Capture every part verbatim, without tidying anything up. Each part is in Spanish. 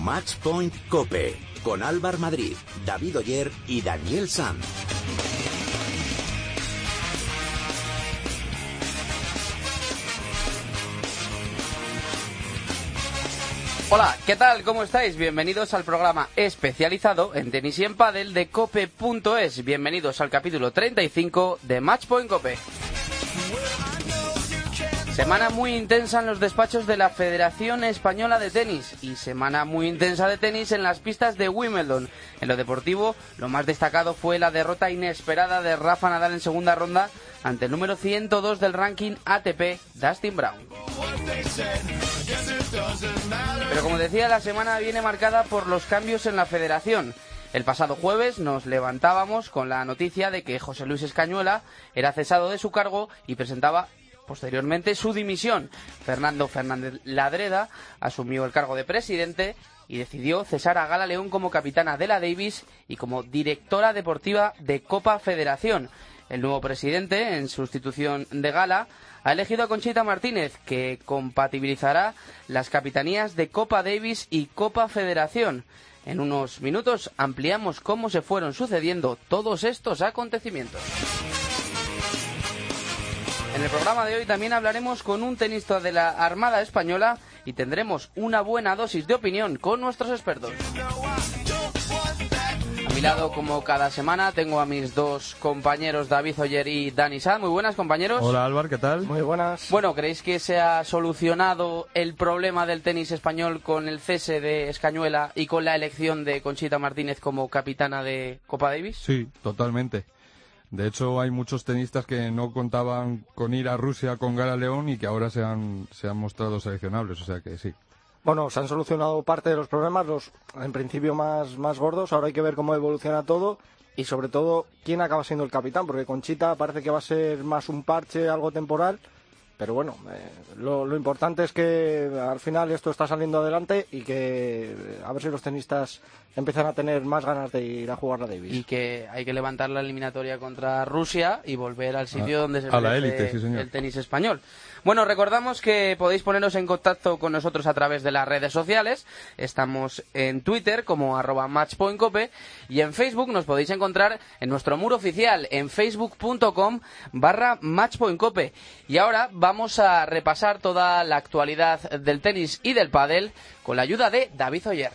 Match Point COPE, con Álvaro Madrid, David Oyer y Daniel Sanz. Hola, ¿qué tal? ¿Cómo estáis? Bienvenidos al programa especializado en tenis y en pádel de cope punto es. Bienvenidos al capítulo treinta y cinco de Match Point COPE. Semana muy intensa en los despachos de la Federación Española de Tenis y semana muy intensa de tenis en las pistas de Wimbledon. En lo deportivo, lo más destacado fue la derrota inesperada de Rafa Nadal en segunda ronda ante el número ciento dos del ranking A T P, Dustin Brown. Pero como decía, la semana viene marcada por los cambios en la federación. El pasado jueves nos levantábamos con la noticia de que José Luis Escañuela era cesado de su cargo y presentaba posteriormente su dimisión. Fernando Fernández Ladreda asumió el cargo de presidente y decidió cesar a Gala León como capitana de la Davis y como directora deportiva de Copa Federación. El nuevo presidente, en sustitución de Gala, ha elegido a Conchita Martínez, que compatibilizará las capitanías de Copa Davis y Copa Federación. En unos minutos ampliamos cómo se fueron sucediendo todos estos acontecimientos. En el programa de hoy también hablaremos con un tenista de la Armada Española y tendremos una buena dosis de opinión con nuestros expertos. A mi lado, como cada semana, tengo a mis dos compañeros David Oyer y Dani Sanz. Muy buenas, compañeros. Hola, Álvaro, ¿qué tal? Muy buenas. Bueno, ¿creéis que se ha solucionado el problema del tenis español con el cese de Escañuela y con la elección de Conchita Martínez como capitana de Copa Davis? Sí, totalmente. De hecho, hay muchos tenistas que no contaban con ir a Rusia con Gala León y que ahora se han, se han mostrado seleccionables, o sea que sí. Bueno, se han solucionado parte de los problemas, los en principio más, más gordos. Ahora hay que ver cómo evoluciona todo y sobre todo quién acaba siendo el capitán, porque Conchita parece que va a ser más un parche, algo temporal. Pero bueno, eh, lo, lo importante es que al final esto está saliendo adelante y que eh, a ver si los tenistas empiezan a tener más ganas de ir a jugar la Davis. Y que hay que levantar la eliminatoria contra Rusia y volver al sitio a, donde se a la merece élite, sí, señor. El tenis español. Bueno, recordamos que podéis poneros en contacto con nosotros a través de las redes sociales. Estamos en Twitter como arroba matchpointcope y en Facebook nos podéis encontrar en nuestro muro oficial en facebook.com barra matchpointcope. Y ahora vamos a repasar toda la actualidad del tenis y del pádel con la ayuda de David Oyer.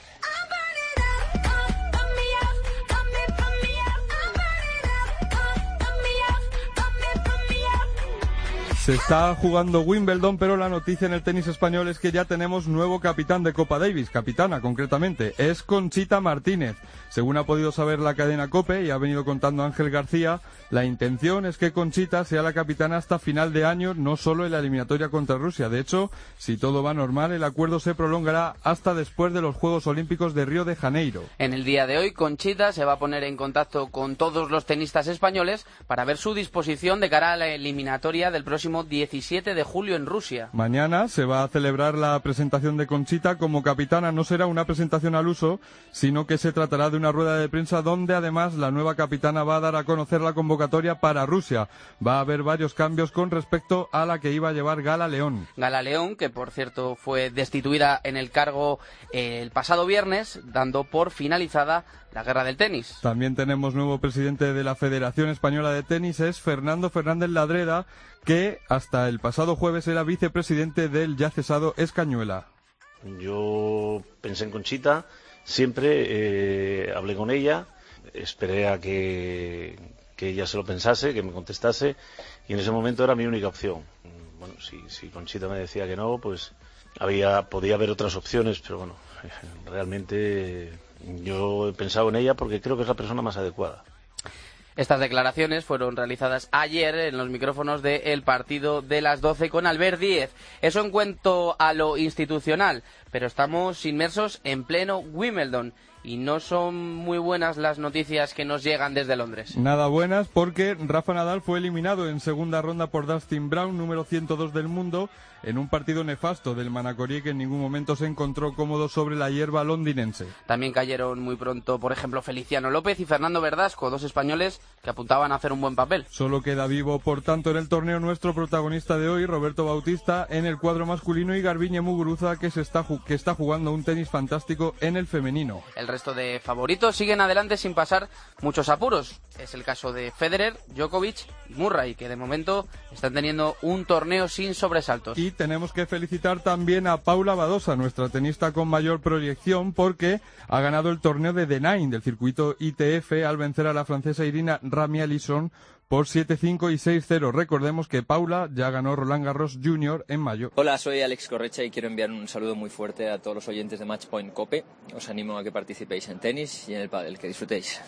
Se está jugando Wimbledon, pero la noticia en el tenis español es que ya tenemos nuevo capitán de Copa Davis, capitana concretamente, es Conchita Martínez. Según ha podido saber la cadena COPE y ha venido contando Ángel García, la intención es que Conchita sea la capitana hasta final de año, no solo en la eliminatoria contra Rusia. De hecho, si todo va normal, el acuerdo se prolongará hasta después de los Juegos Olímpicos de Río de Janeiro. En el día de hoy, Conchita se va a poner en contacto con todos los tenistas españoles para ver su disposición de cara a la eliminatoria del próximo diecisiete de julio en Rusia. Mañana se va a celebrar la presentación de Conchita como capitana. No será una presentación al uso, sino que se tratará de una rueda de prensa donde además la nueva capitana va a dar a conocer la convocatoria para Rusia. Va a haber varios cambios con respecto a la que iba a llevar Gala León. Gala León, que por cierto fue destituida en el cargo eh, el pasado viernes, dando por finalizada la guerra del tenis. También tenemos nuevo presidente de la Federación Española de Tenis, es Fernando Fernández Ladreda, que hasta el pasado jueves era vicepresidente del ya cesado Escañuela. Yo pensé en Conchita, siempre eh, hablé con ella, esperé a que, que ella se lo pensase, que me contestase, y en ese momento era mi única opción. Bueno, si, si Conchita me decía que no, pues había podía haber otras opciones, pero bueno, realmente yo he pensado en ella porque creo que es la persona más adecuada. Estas declaraciones fueron realizadas ayer en los micrófonos de El Partido de las doce con Albert Díez. Eso en cuanto a lo institucional, pero estamos inmersos en pleno Wimbledon y no son muy buenas las noticias que nos llegan desde Londres. Nada buenas, porque Rafa Nadal fue eliminado en segunda ronda por Dustin Brown, número ciento dos del mundo, en un partido nefasto del Manacorí, que en ningún momento se encontró cómodo sobre la hierba londinense. También cayeron muy pronto, por ejemplo, Feliciano López y Fernando Verdasco, dos españoles que apuntaban a hacer un buen papel. Solo queda vivo, por tanto, en el torneo nuestro protagonista de hoy, Roberto Bautista, en el cuadro masculino, y Garbiñe Muguruza, que, se está, que está jugando un tenis fantástico en el femenino. El resto de favoritos siguen adelante sin pasar muchos apuros. Es el caso de Federer, Djokovic y Murray, que de momento están teniendo un torneo sin sobresaltos. Y tenemos que felicitar también a Paula Badosa, nuestra tenista con mayor proyección, porque ha ganado el torneo de The Nine del circuito I T F al vencer a la francesa Irina Ramialison por siete cinco y seis cero. Recordemos que Paula ya ganó Roland Garros Junior en mayo. Hola, soy Alex Correcha y quiero enviar un saludo muy fuerte a todos los oyentes de Matchpoint Cope. Os animo a que participéis en tenis y en el pádel, que disfrutéis.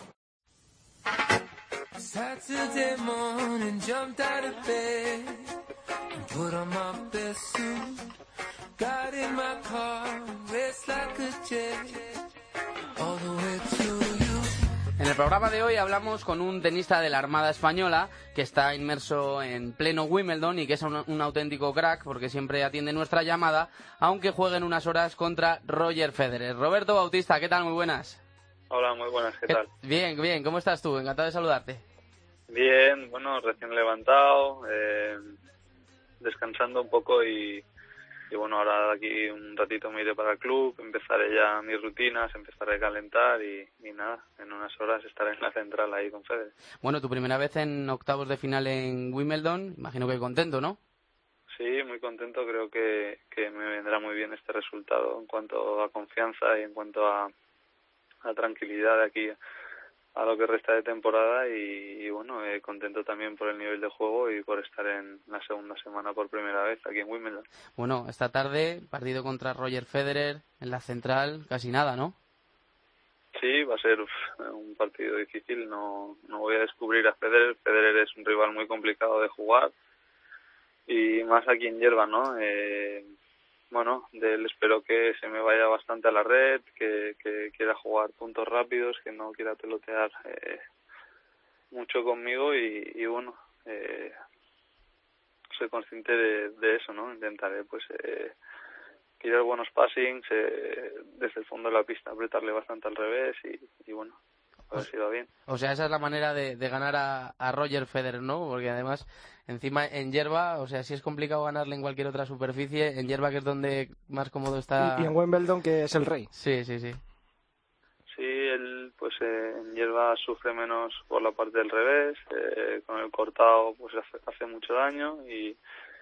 Saturday morning, jumped out of bed and put on my best suit. Got in my car, raced like a jet all the way to you. En el programa de hoy hablamos con un tenista de la Armada Española que está inmerso en pleno Wimbledon y que es un, un auténtico crack porque siempre atiende nuestra llamada, aunque juegue en unas horas contra Roger Federer. Roberto Bautista, ¿qué tal? Muy buenas. Hola, muy buenas, ¿qué tal? Bien, bien, ¿cómo estás tú? Encantado de saludarte. Bien, bueno, recién levantado, eh, descansando un poco y, y bueno, ahora de aquí un ratito me iré para el club, empezaré ya mis rutinas, empezaré a calentar y, y nada, en unas horas estaré en la central ahí con Federer. Bueno, tu primera vez en octavos de final en Wimbledon, imagino que contento, ¿no? Sí, muy contento, creo que, que me vendrá muy bien este resultado en cuanto a confianza y en cuanto a, a tranquilidad de aquí a lo que resta de temporada y, y bueno, eh, contento también por el nivel de juego y por estar en la segunda semana por primera vez aquí en Wimbledon. Bueno, esta tarde partido contra Roger Federer en la central, casi nada, ¿no? Sí, va a ser uf, un partido difícil, no, no voy a descubrir a Federer, Federer es un rival muy complicado de jugar y más aquí en hierba, ¿no? Eh, Bueno, de él espero que se me vaya bastante a la red, que, que quiera jugar puntos rápidos, que no quiera pelotear eh, mucho conmigo y, y bueno, eh, soy consciente de, de eso, ¿no? Intentaré pues eh, tirar buenos passings, eh, desde el fondo de la pista apretarle bastante al revés y, y bueno, a ver si va bien. O sea, esa es la manera de, de ganar a, a Roger Federer, ¿no? Porque además, encima en hierba, o sea, si es complicado ganarle en cualquier otra superficie, en hierba que es donde más cómodo está... Y, y en Wimbledon, que es el rey. Sí, sí, sí. Sí, él pues eh, en hierba sufre menos por la parte del revés, eh, con el cortado pues hace, hace mucho daño y,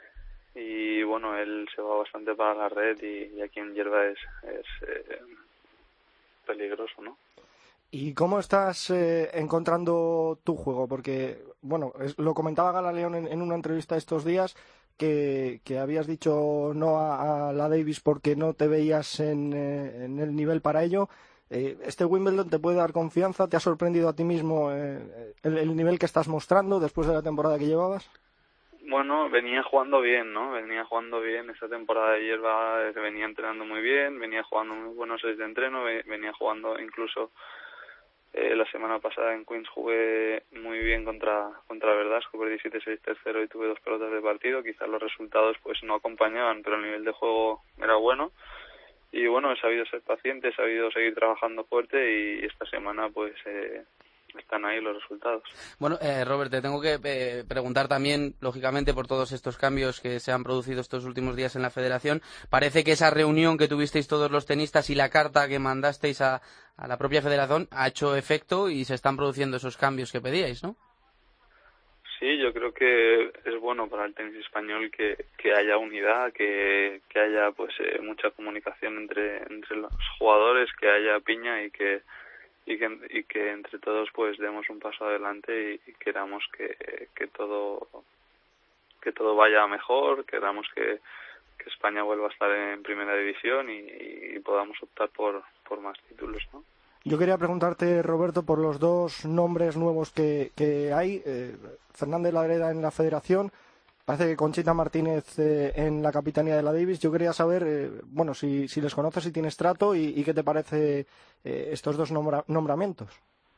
y bueno, él se va bastante para la red y, y aquí en hierba es, es eh, peligroso, ¿no? ¿Y cómo estás eh, encontrando tu juego? Porque, bueno, es, lo comentaba Gala León en, en una entrevista estos días, que, que habías dicho no a, a la Davis porque no te veías en, eh, en el nivel para ello. Eh, ¿Este Wimbledon te puede dar confianza? ¿Te ha sorprendido a ti mismo eh, el, el nivel que estás mostrando después de la temporada que llevabas? Bueno, venía jugando bien, ¿no? Venía jugando bien esta temporada de hierba, eh, venía entrenando muy bien, venía jugando muy buenos seis de entreno, venía jugando incluso... Eh, la semana pasada en Queens jugué muy bien contra contra Verdasco, perdí siete seis tercero y tuve dos pelotas de partido. Quizás los resultados pues no acompañaban, pero el nivel de juego era bueno. Y bueno, he sabido ser paciente, he sabido seguir trabajando fuerte y esta semana pues eh, están ahí los resultados. Bueno, eh, Robert, te tengo que eh, preguntar también, lógicamente, por todos estos cambios que se han producido estos últimos días en la federación. Parece que esa reunión que tuvisteis todos los tenistas y la carta que mandasteis a, a la propia federación ha hecho efecto y se están produciendo esos cambios que pedíais, ¿no? Sí, yo creo que es bueno para el tenis español que, que haya unidad, que, que haya pues eh, mucha comunicación entre, entre los jugadores, que haya piña y que y que y que entre todos pues demos un paso adelante y, y queramos que, que todo que todo vaya mejor, queramos que, que España vuelva a estar en primera división y, y podamos optar por por más títulos, ¿no? Yo quería preguntarte, Roberto, por los dos nombres nuevos que, que hay, eh, Fernández Ladreda en la federación, parece que Conchita Martínez eh, en la capitanía de la Davis. Yo quería saber, eh, bueno, si, si les conoces, si tienes trato y, y qué te parece eh, estos dos nombra nombramientos.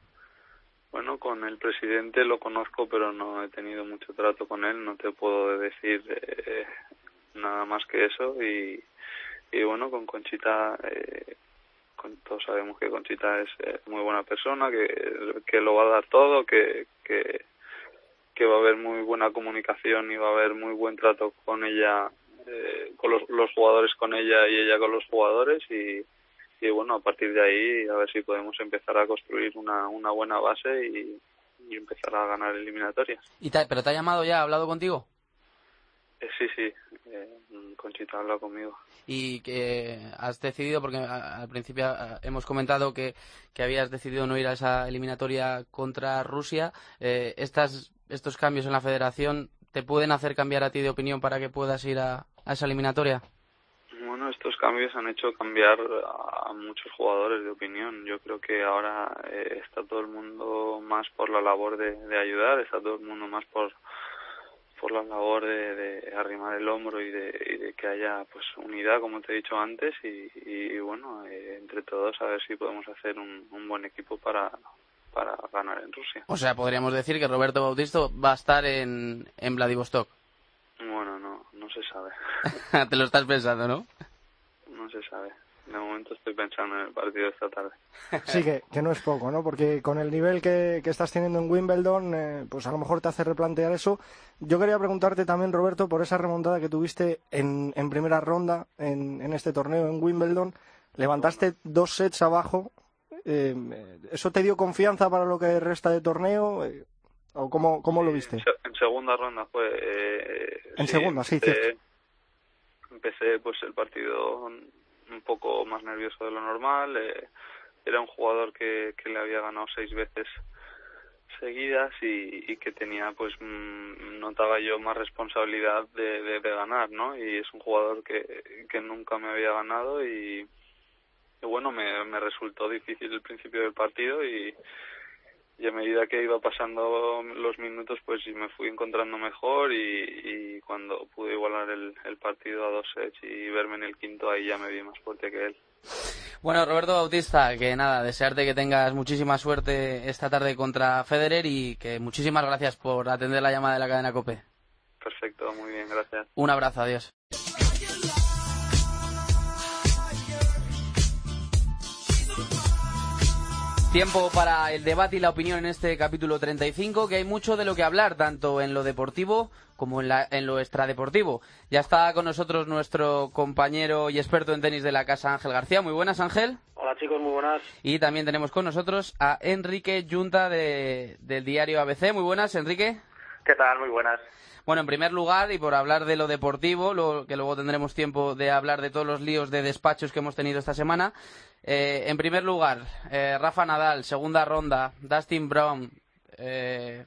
Bueno, con el presidente lo conozco, pero no he tenido mucho trato con él. No te puedo decir eh, nada más que eso. Y, y bueno, con Conchita, eh, con, todos sabemos que Conchita es eh, muy buena persona, que, que lo va a dar todo, que, que, que va a haber muy buena comunicación y va a haber muy buen trato con ella, eh, con los, los jugadores con ella y ella con los jugadores. Y Y bueno, a partir de ahí a ver si podemos empezar a construir una, una buena base y, y empezar a ganar eliminatorias. ¿Y te, ¿Pero te ha llamado ya? ¿Ha hablado contigo? Eh, sí, sí, eh, Conchita ha hablado conmigo. Y que has decidido, porque al principio hemos comentado que, que habías decidido no ir a esa eliminatoria contra Rusia. Eh, estas, ¿Estos cambios en la federación te pueden hacer cambiar a ti de opinión para que puedas ir a, a esa eliminatoria? Bueno, estos cambios han hecho cambiar a muchos jugadores de opinión. Yo creo que ahora eh, está todo el mundo más por la labor de, de ayudar, está todo el mundo más por por la labor de, de arrimar el hombro y de, y de que haya pues unidad, como te he dicho antes, y, y bueno, eh, entre todos a ver si podemos hacer un, un buen equipo para, para ganar en Rusia. O sea, podríamos decir que Roberto Bautista va a estar en, en Vladivostok. Bueno, no, no se sabe. Te lo estás pensando, ¿no? No se sabe. De momento estoy pensando en el partido de esta tarde. Sí, que, que no es poco, ¿no? Porque con el nivel que, que estás teniendo en Wimbledon, eh, pues a lo mejor te hace replantear eso. Yo quería preguntarte también, Roberto, por esa remontada que tuviste en, en primera ronda en, en este torneo en Wimbledon. Levantaste dos sets abajo. Eh, ¿Eso te dio confianza para lo que resta de torneo? Eh, ¿O cómo, cómo lo viste? En, se, en segunda ronda fue... Eh, en sí, segunda, sí, empecé, cierto. Empecé pues el partido un poco más nervioso de lo normal. Eh, era un jugador que, que le había ganado seis veces seguidas y, y que tenía, pues, mmm, notaba yo más responsabilidad de, de, de ganar, ¿no? Y es un jugador que, que nunca me había ganado y, y bueno, me, me resultó difícil el principio del partido y... y a medida que iba pasando los minutos pues me fui encontrando mejor y, y cuando pude igualar el, el partido a dos sets y verme en el quinto, ahí ya me vi más fuerte que él. Bueno, Roberto Bautista, que nada, desearte que tengas muchísima suerte esta tarde contra Federer y que muchísimas gracias por atender la llamada de la cadena COPE. Perfecto, muy bien, gracias. Un abrazo, adiós. Tiempo para el debate y la opinión en este capítulo treinta y cinco, que hay mucho de lo que hablar, tanto en lo deportivo como en, la, en lo extradeportivo. Ya está con nosotros nuestro compañero y experto en tenis de la casa, Ángel García. Muy buenas, Ángel. Hola, chicos, muy buenas. Y también tenemos con nosotros a Enrique Yunta de, del diario A B C. Muy buenas, Enrique. ¿Qué tal? Muy buenas. Bueno, en primer lugar, y por hablar de lo deportivo, lo, que luego tendremos tiempo de hablar de todos los líos de despachos que hemos tenido esta semana. Eh, en primer lugar, eh, Rafa Nadal, segunda ronda, Dustin Brown. Eh,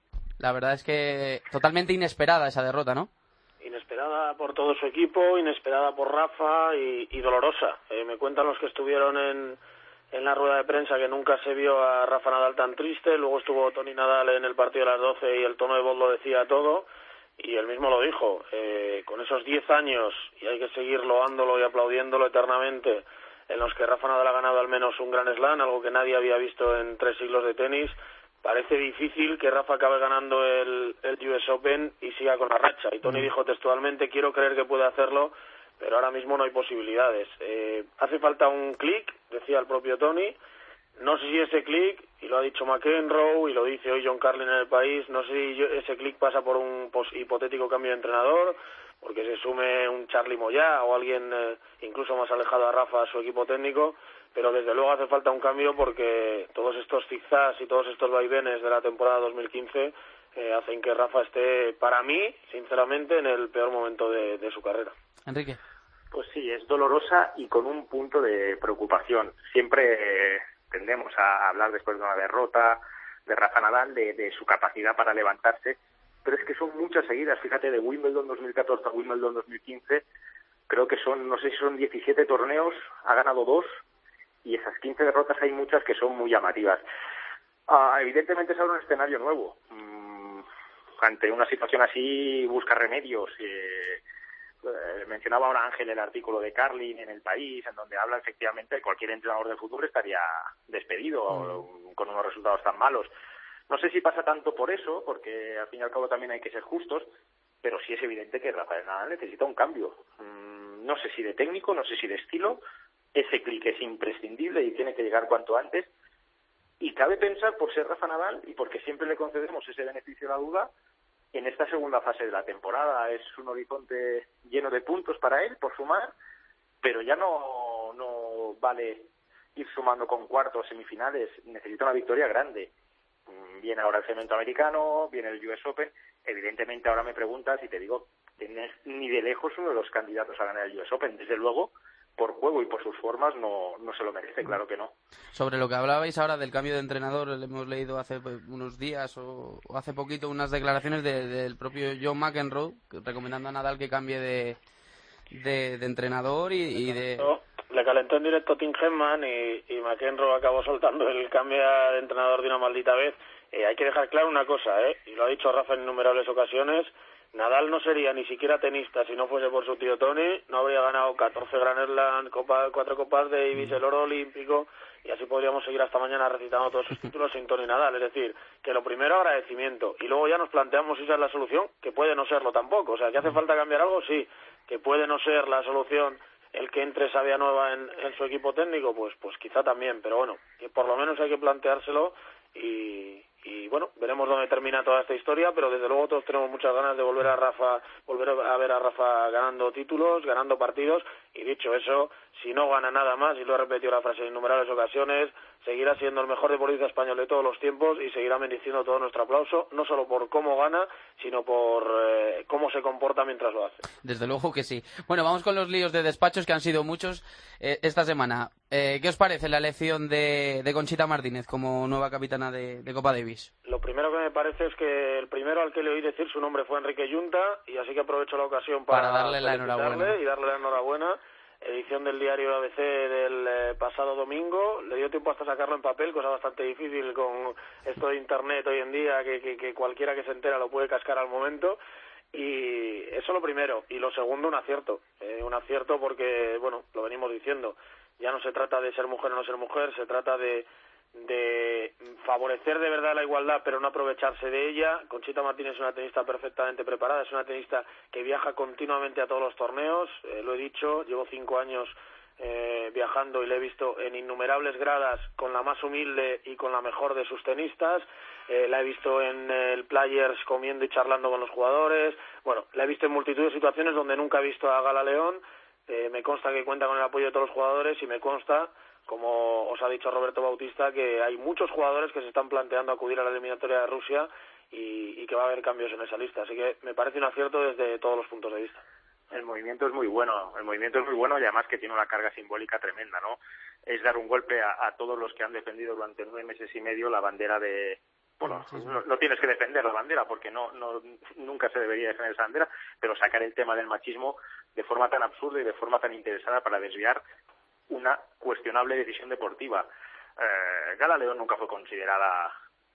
la verdad es que totalmente inesperada esa derrota, ¿no? Inesperada por todo su equipo, inesperada por Rafa y, y dolorosa. Eh, me cuentan los que estuvieron en, en la rueda de prensa que nunca se vio a Rafa Nadal tan triste. Luego estuvo Toni Nadal en el partido de las doce y el tono de voz lo decía todo. Y él mismo lo dijo, eh, con esos diez años, y hay que seguir loándolo y aplaudiéndolo eternamente, en los que Rafa Nadal ha ganado al menos un Grand Slam, algo que nadie había visto en tres siglos de tenis, parece difícil que Rafa acabe ganando el, el U S Open y siga con la racha. Y Toni dijo textualmente, quiero creer que puede hacerlo, pero ahora mismo no hay posibilidades. Eh, hace falta un clic, decía el propio Toni. No sé si ese clic, y lo ha dicho McEnroe, y lo dice hoy John Carlin en El País, no sé si ese clic pasa por un hipotético cambio de entrenador, porque se sume un Charlie Moyá o alguien eh, incluso más alejado a Rafa, a su equipo técnico, pero desde luego hace falta un cambio porque todos estos zigzags y todos estos vaivenes de la temporada dos mil quince eh, hacen que Rafa esté, para mí, sinceramente, en el peor momento de, de su carrera. Enrique. Pues sí, es dolorosa y con un punto de preocupación. Siempre... Eh... tendemos a hablar después de una derrota de Rafa Nadal, de, de su capacidad para levantarse, pero es que son muchas seguidas, fíjate, de Wimbledon dos mil catorce a Wimbledon dos mil quince, creo que son, no sé si son diecisiete torneos, ha ganado dos, y esas quince derrotas hay muchas que son muy llamativas. Ah, evidentemente es ahora un escenario nuevo, mm, ante una situación así busca remedios. Eh, eh, mencionaba ahora Ángel el artículo de Carlin en El País, en donde habla efectivamente de cualquier entrenador de fútbol estaría despedido mm. con unos resultados tan malos. No sé si pasa tanto por eso, porque al fin y al cabo también hay que ser justos, pero sí es evidente que Rafael Nadal necesita un cambio. Mm, no sé si de técnico, no sé si de estilo. Ese clic es imprescindible y tiene que llegar cuanto antes. Y cabe pensar, por ser Rafa Nadal y porque siempre le concedemos ese beneficio de la duda, en esta segunda fase de la temporada es un horizonte lleno de puntos para él, por sumar, pero ya no, no vale ir sumando con cuartos, semifinales, necesita una victoria grande. Viene ahora el Cemento Americano, viene el U S Open. Evidentemente ahora me preguntas y te digo que no es ni de lejos uno de los candidatos a ganar el U S Open. Desde luego, por juego y por sus formas no, no se lo merece, claro que no. Sobre lo que hablabais ahora del cambio de entrenador, le hemos leído hace unos días o, o hace poquito unas declaraciones de, del propio John McEnroe recomendando a Nadal que cambie de, de, de entrenador y, y de... Le calentó en directo Tim Henman y, y McEnroe acabó soltando el cambio de entrenador de una maldita vez. Eh, hay que dejar claro una cosa, ¿eh? Y lo ha dicho Rafa en innumerables ocasiones. Nadal no sería ni siquiera tenista si no fuese por su tío Tony. No habría ganado catorce Grand Slam, Copa, cuatro Copas Davis, el oro olímpico, y así podríamos seguir hasta mañana recitando todos sus títulos sin Tony Nadal. Es decir, que lo primero, agradecimiento, y luego ya nos planteamos si esa es la solución, que puede no serlo tampoco. O sea, que hace falta cambiar algo, sí, que puede no ser la solución el que entre Sabia Nueva en, en su equipo técnico, pues pues quizá también, pero bueno, que por lo menos hay que planteárselo y, y bueno, veremos dónde termina toda esta historia, pero desde luego todos tenemos muchas ganas de volver a Rafa, volver a ver a Rafa ganando títulos, ganando partidos, y dicho eso, si no gana nada más, y lo he repetido la frase en innumerables ocasiones, seguirá siendo el mejor deportista español de todos los tiempos y seguirá mereciendo todo nuestro aplauso, no solo por cómo gana, sino por eh, cómo se comporta mientras lo hace. Desde luego que sí. Bueno, vamos con los líos de despachos, que han sido muchos eh, esta semana. Eh, ¿Qué os parece la elección de, de Conchita Martínez como nueva capitana de, de Copa Davis? Lo primero que me parece es que el primero al que le oí decir su nombre fue Enrique Yunta, y así que aprovecho la ocasión para, para darle la enhorabuena y darle la enhorabuena. Edición del diario A B C del eh, pasado domingo, le dio tiempo hasta sacarlo en papel, cosa bastante difícil con esto de internet hoy en día, que, que, que cualquiera que se entera lo puede cascar al momento. Y eso lo primero. Y lo segundo, un acierto. Eh, un acierto porque, bueno, lo venimos diciendo, ya no se trata de ser mujer o no ser mujer, se trata de de favorecer de verdad la igualdad pero no aprovecharse de ella. Conchita Martínez es una tenista perfectamente preparada, es una tenista que viaja continuamente a todos los torneos, eh, lo he dicho, llevo cinco años eh, viajando y le he visto en innumerables gradas con la más humilde y con la mejor de sus tenistas, eh, la he visto en el Players comiendo y charlando con los jugadores, bueno, la he visto en multitud de situaciones donde nunca he visto a Gala León, eh, me consta que cuenta con el apoyo de todos los jugadores y me consta, como os ha dicho Roberto Bautista, que hay muchos jugadores que se están planteando acudir a la eliminatoria de Rusia y, y que va a haber cambios en esa lista. Así que me parece un acierto desde todos los puntos de vista. El movimiento es muy bueno, el movimiento es muy bueno y además que tiene una carga simbólica tremenda, ¿no? Es dar un golpe a, a todos los que han defendido durante nueve meses y medio la bandera de... Bueno, no, no tienes que defender la bandera porque no, no nunca se debería defender esa bandera, pero sacar el tema del machismo de forma tan absurda y de forma tan interesada para desviar una cuestionable decisión deportiva. Eh, Gala León nunca fue considerada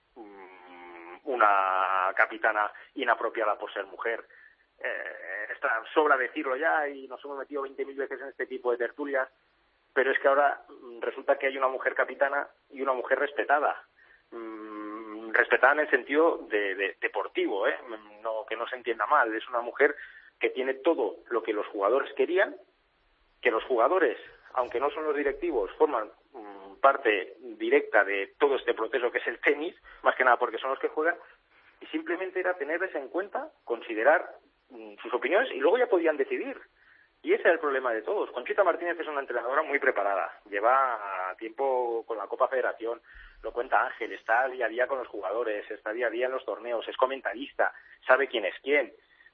um, una capitana inapropiada por ser mujer. Eh, está, sobra decirlo ya y nos hemos metido veinte mil veces en este tipo de tertulias, pero es que ahora um, resulta que hay una mujer capitana y una mujer respetada. Um, respetada en el sentido de, de, deportivo, ¿eh? No, que no se entienda mal. Es una mujer que tiene todo lo que los jugadores querían, que los jugadores, aunque no son los directivos, forman um, parte directa de todo este proceso que es el tenis, más que nada porque son los que juegan, y simplemente era tenerles en cuenta, considerar um, sus opiniones, y luego ya podían decidir. Y ese era el problema de todos. Conchita Martínez es una entrenadora muy preparada, lleva tiempo con la Copa Federación, lo cuenta Ángel, está día a día con los jugadores, está día a día en los torneos, es comentarista, sabe quién es quién.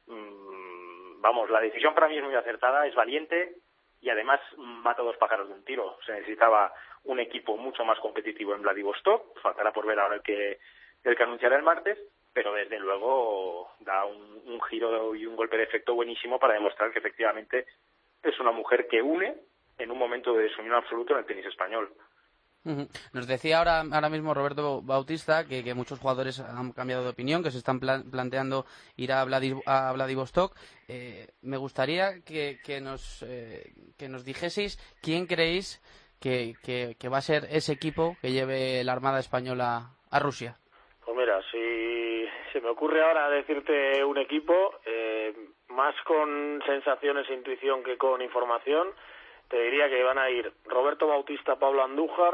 Um, vamos, la decisión para mí es muy acertada, es valiente, y además mata dos pájaros de un tiro. Se necesitaba un equipo mucho más competitivo en Vladivostok, faltará por ver ahora el que el que anunciará el martes, pero desde luego da un, un giro y un golpe de efecto buenísimo para demostrar que efectivamente es una mujer que une en un momento de desunión absoluto en el tenis español. Uh-huh. Nos decía ahora ahora mismo Roberto Bautista que, que muchos jugadores han cambiado de opinión, que se están plan, planteando ir a, Vladis, a Vladivostok. Eh, me gustaría que, que, nos, eh, que nos dijeseis quién creéis que, que, que va a ser ese equipo que lleve la Armada Española a Rusia. Pues mira, si se me ocurre ahora decirte un equipo, eh, más con sensaciones e intuición que con información, te diría que van a ir Roberto Bautista, Pablo Andújar,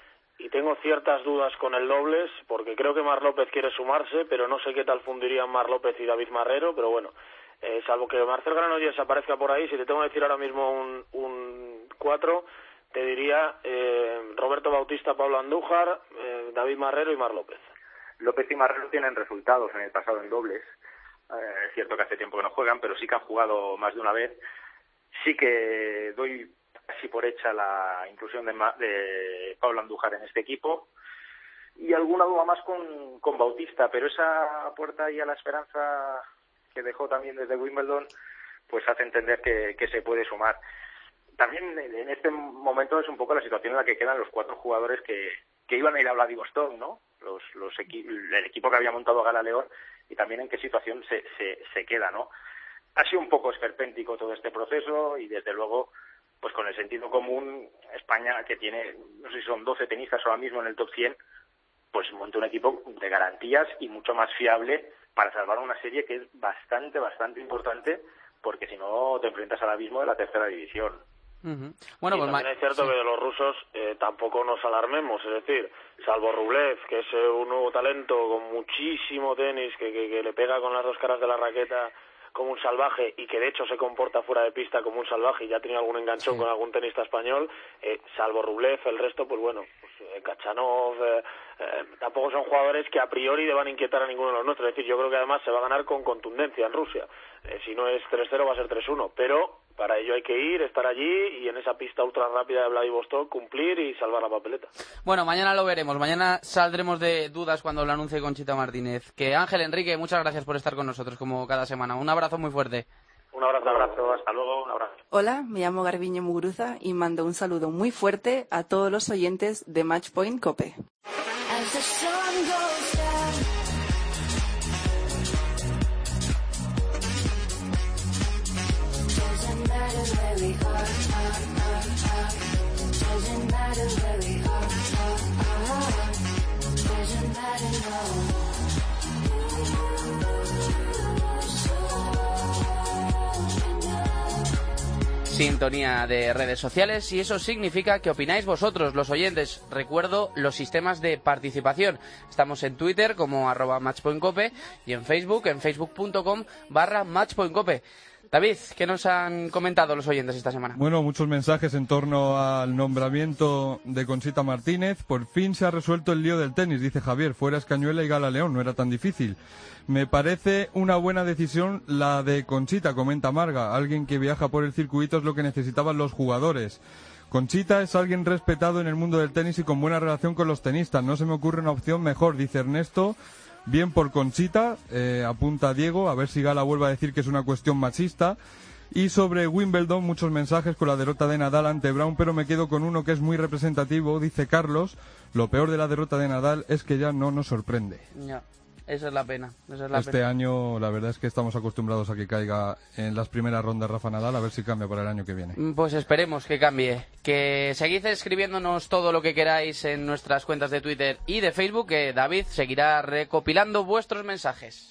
y tengo ciertas dudas con el dobles, porque creo que Marc López quiere sumarse, pero no sé qué tal fundirían Marc López y David Marrero, pero bueno, eh, salvo que Marcel Granollers aparezca por ahí, si te tengo que decir ahora mismo un, un cuatro, te diría eh, Roberto Bautista, Pablo Andújar, eh, David Marrero y Marc López. López y Marrero tienen resultados en el pasado en dobles, eh, es cierto que hace tiempo que no juegan, pero sí que han jugado más de una vez. Sí que doy casi por hecha la inclusión de, de Pablo Andújar en este equipo, y alguna duda más con, con Bautista, pero esa puerta y a la esperanza que dejó también desde Wimbledon pues hace entender que, que se puede sumar. También en este momento es un poco la situación en la que quedan los cuatro jugadores que, que iban a ir a Vladivostok, ¿no? Los, los equi- el equipo que había montado Gala León, y también en qué situación se, se, se queda, ¿no? Ha sido un poco esperpéntico todo este proceso, y desde luego pues con el sentido común, España, que tiene, no sé si son doce tenistas ahora mismo en el top cien, pues monta un equipo de garantías y mucho más fiable para salvar una serie que es bastante, bastante importante, porque si no te enfrentas al abismo de la tercera división. Uh-huh. Bueno, y pues también ma- es cierto sí. que de los rusos eh, tampoco nos alarmemos, es decir, salvo Rublev, que es eh, un nuevo talento con muchísimo tenis, que, que, que le pega con las dos caras de la raqueta como un salvaje, y que de hecho se comporta fuera de pista como un salvaje, y ya ha tenido algún enganchón sí. con algún tenista español, eh, salvo Rublev, el resto, pues bueno, pues, eh, Kachanov, eh, eh, tampoco son jugadores que a priori deban inquietar a ninguno de los nuestros. Es decir, yo creo que además se va a ganar con contundencia en Rusia. Eh, si no es tres cero va a ser tres uno, pero para ello hay que ir, estar allí y en esa pista ultra rápida de Vladivostok cumplir y salvar la papeleta. Bueno, mañana lo veremos, mañana saldremos de dudas cuando lo anuncie Conchita Martínez. Que Ángel Enrique, muchas gracias por estar con nosotros como cada semana. Un abrazo muy fuerte. Un abrazo, un abrazo, hasta luego, un abrazo. Hola, me llamo Garbiñe Muguruza y mando un saludo muy fuerte a todos los oyentes de Matchpoint Cope. Sintonía de redes sociales, y eso significa que opináis vosotros, los oyentes. Recuerdo los sistemas de participación. Estamos en Twitter como arroba matchpointcope y en Facebook, en facebook.com barra matchpointcope. David, ¿qué nos han comentado los oyentes esta semana? Bueno, muchos mensajes en torno al nombramiento de Conchita Martínez. Por fin se ha resuelto el lío del tenis, dice Javier. Fuera Escañuela y Gala León, no era tan difícil. Me parece una buena decisión la de Conchita, comenta Marga. Alguien que viaja por el circuito es lo que necesitaban los jugadores. Conchita es alguien respetado en el mundo del tenis y con buena relación con los tenistas. No se me ocurre una opción mejor, dice Ernesto. Bien por Conchita, eh, apunta Diego, a ver si Gala vuelve a decir que es una cuestión machista. Y sobre Wimbledon, muchos mensajes con la derrota de Nadal ante Brown, pero me quedo con uno que es muy representativo, dice Carlos. Lo peor de la derrota de Nadal es que ya no nos sorprende. Ya, esa es la pena. Esa es la este pena. año, la verdad es que estamos acostumbrados a que caiga en las primeras rondas Rafa Nadal, a ver si cambia para el año que viene. Pues esperemos que cambie. Que seguid escribiéndonos todo lo que queráis en nuestras cuentas de Twitter y de Facebook, que David seguirá recopilando vuestros mensajes.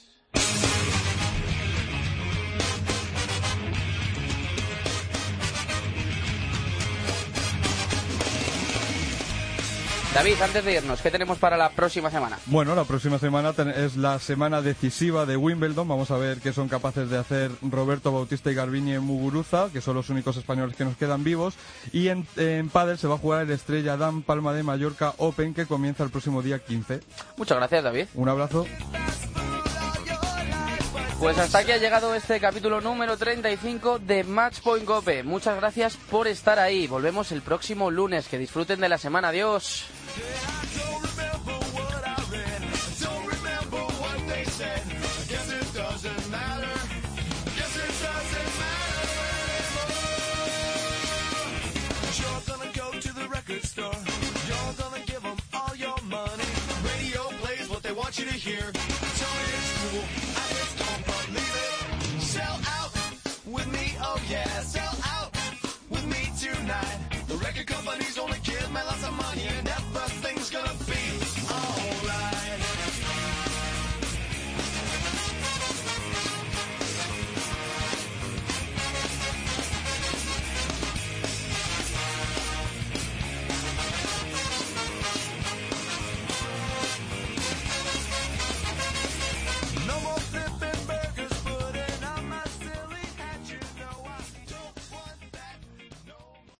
David, antes de irnos, ¿qué tenemos para la próxima semana? Bueno, la próxima semana ten- es la semana decisiva de Wimbledon. Vamos a ver qué son capaces de hacer Roberto Bautista y Garbiñe Muguruza, que son los únicos españoles que nos quedan vivos. Y en, en pádel se va a jugar el Estrella Damm Palma de Mallorca Open, que comienza el próximo día quince. Muchas gracias, David. Un abrazo. Pues hasta aquí ha llegado este capítulo número treinta y cinco de Matchpoint Cope. Muchas gracias por estar ahí. Volvemos el próximo lunes. Que disfruten de la semana. Adiós. You're gonna go to the record store. You're gonna Company's only